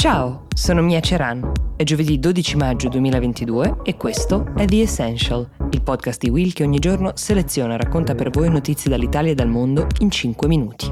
Ciao, sono Mia Ceran. È giovedì 12 maggio 2022 e questo è The Essential, il podcast di Will che ogni giorno seleziona e racconta per voi notizie dall'Italia e dal mondo in 5 minuti.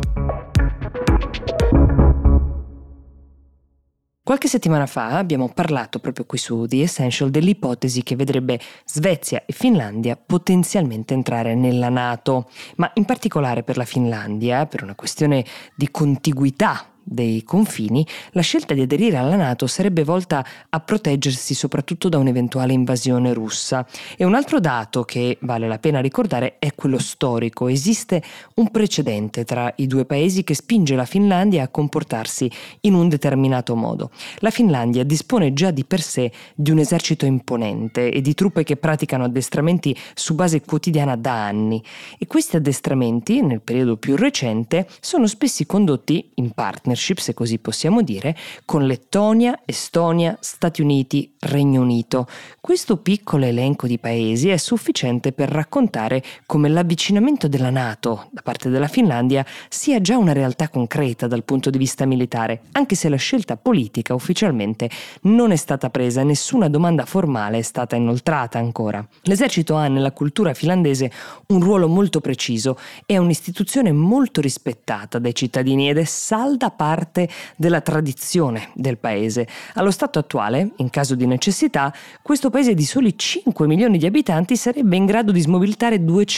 Qualche settimana fa abbiamo parlato proprio qui su The Essential dell'ipotesi che vedrebbe Svezia e Finlandia potenzialmente entrare nella NATO, ma in particolare per la Finlandia, per una questione di contiguità dei confini, la scelta di aderire alla NATO sarebbe volta a proteggersi soprattutto da un'eventuale invasione russa. E un altro dato che vale la pena ricordare è quello storico. Esiste un precedente tra i due paesi che spinge la Finlandia a comportarsi in un determinato modo. La Finlandia dispone già di per sé di un esercito imponente e di truppe che praticano addestramenti su base quotidiana da anni, e questi addestramenti, nel periodo più recente, sono spesso condotti in partnership, se così possiamo dire, con Lettonia, Estonia, Stati Uniti, Regno Unito. Questo piccolo elenco di paesi è sufficiente per raccontare come l'avvicinamento della NATO da parte della Finlandia sia già una realtà concreta dal punto di vista militare, anche se la scelta politica ufficialmente non è stata presa, nessuna domanda formale è stata inoltrata ancora. L'esercito ha nella cultura finlandese un ruolo molto preciso, è un'istituzione molto rispettata dai cittadini ed è salda parte della tradizione del paese. Allo stato attuale, in caso di necessità, questo paese di soli 5 milioni di abitanti sarebbe in grado di smobilitare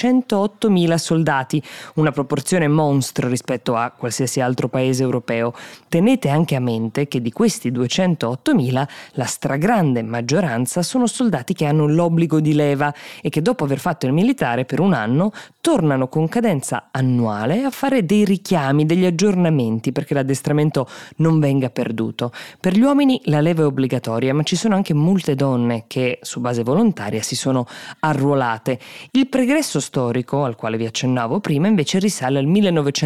208.000 soldati, una proporzione mostro rispetto a qualsiasi altro paese europeo. Tenete anche a mente che di questi 208.000 la stragrande maggioranza sono soldati che hanno l'obbligo di leva e che dopo aver fatto il militare per un anno tornano con cadenza annuale a fare dei richiami, degli aggiornamenti perché l'addestramento non venga perduto. Per gli uomini la leva è obbligatoria, ma ci sono anche molte donne che su base volontaria si sono arruolate. Il pregresso storico al quale vi accennavo prima invece risale al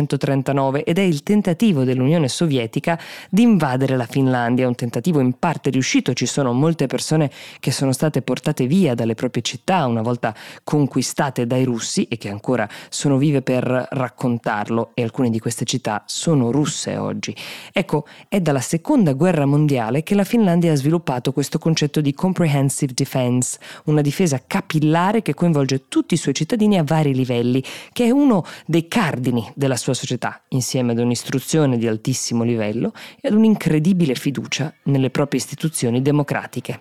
1939 ed è il tentativo dell'Unione Sovietica di invadere la Finlandia, un tentativo in parte riuscito. Ci sono molte persone che sono state portate via dalle proprie città una volta conquistate dai russi e che ancora sono vive per raccontarlo, e alcune di queste città sono russe oggi. Ecco, è dalla seconda guerra mondiale che la Finlandia ha sviluppato questo concetto di comprehensive defense, una difesa capillare che coinvolge tutti i suoi cittadini a vari livelli, che è uno dei cardini della sua società, insieme ad un'istruzione di altissimo livello e ad un'incredibile fiducia nelle proprie istituzioni democratiche.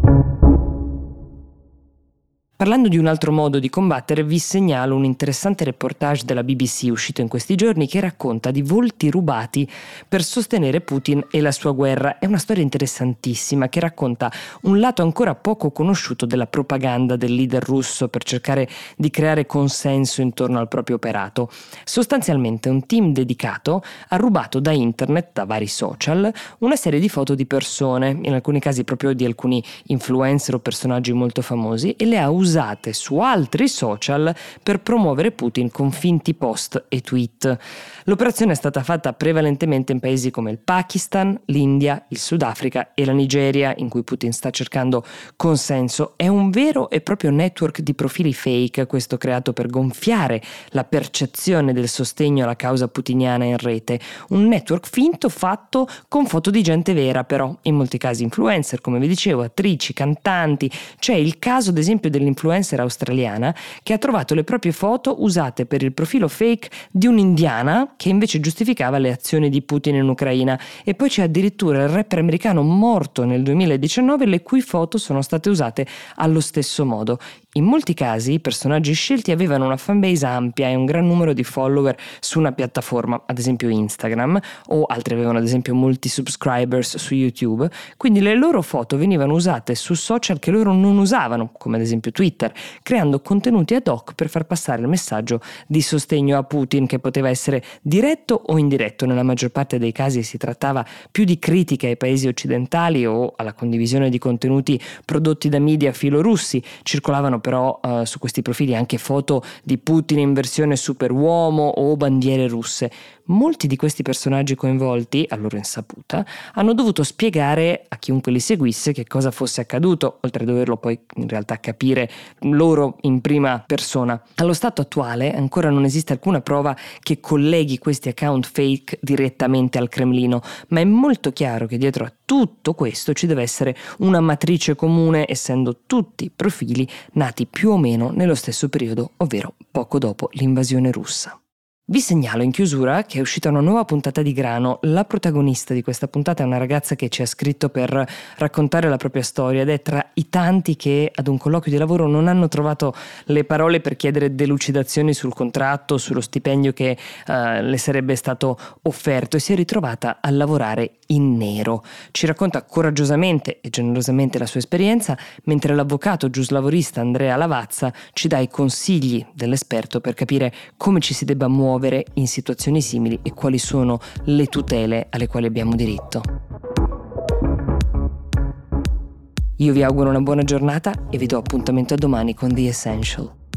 Parlando di un altro modo di combattere, vi segnalo un interessante reportage della BBC uscito in questi giorni che racconta di volti rubati per sostenere Putin e la sua guerra. È una storia interessantissima che racconta un lato ancora poco conosciuto della propaganda del leader russo per cercare di creare consenso intorno al proprio operato. Sostanzialmente un team dedicato ha rubato da internet, da vari social, una serie di foto di persone, in alcuni casi proprio di alcuni influencer o personaggi molto famosi, e le ha usate su altri social per promuovere Putin con finti post e tweet. L'operazione è stata fatta prevalentemente in paesi come il Pakistan, l'India, il Sudafrica e la Nigeria, in cui Putin sta cercando consenso. È un vero e proprio network di profili fake, questo creato per gonfiare la percezione del sostegno alla causa putiniana in rete. Un network finto fatto con foto di gente vera, però, in molti casi influencer, come vi dicevo, attrici, cantanti. C'è il caso ad esempio dell'influencer australiana che ha trovato le proprie foto usate per il profilo fake di un'indiana che invece giustificava le azioni di Putin in Ucraina, e poi c'è addirittura il rapper americano morto nel 2019 le cui foto sono state usate allo stesso modo. In molti casi i personaggi scelti avevano una fanbase ampia e un gran numero di follower su una piattaforma, ad esempio Instagram, o altri avevano ad esempio molti subscribers su YouTube, quindi le loro foto venivano usate su social che loro non usavano, come ad esempio Twitter, creando contenuti ad hoc per far passare il messaggio di sostegno a Putin, che poteva essere diretto o indiretto. Nella maggior parte dei casi si trattava più di critiche ai paesi occidentali o alla condivisione di contenuti prodotti da media filorussi. Circolavano però su questi profili anche foto di Putin in versione superuomo o bandiere russe. Molti di questi personaggi coinvolti, a loro insaputa, hanno dovuto spiegare a chiunque li seguisse che cosa fosse accaduto, oltre a doverlo poi in realtà capire loro in prima persona. Allo stato attuale ancora non esiste alcuna prova che colleghi questi account fake direttamente al Cremlino, ma è molto chiaro che dietro a tutto questo ci deve essere una matrice comune, essendo tutti profili nati più o meno nello stesso periodo, ovvero poco dopo l'invasione russa. Vi segnalo in chiusura che è uscita una nuova puntata di Grano. La protagonista di questa puntata è una ragazza che ci ha scritto per raccontare la propria storia ed è tra i tanti che ad un colloquio di lavoro non hanno trovato le parole per chiedere delucidazioni sul contratto, sullo stipendio che le sarebbe stato offerto e si è ritrovata a lavorare in nero. Ci racconta coraggiosamente e generosamente la sua esperienza, mentre l'avvocato giuslavorista Andrea Lavazza ci dà i consigli dell'esperto per capire come ci si debba muovere in situazioni simili e quali sono le tutele alle quali abbiamo diritto. Io vi auguro una buona giornata e vi do appuntamento a domani con The Essential.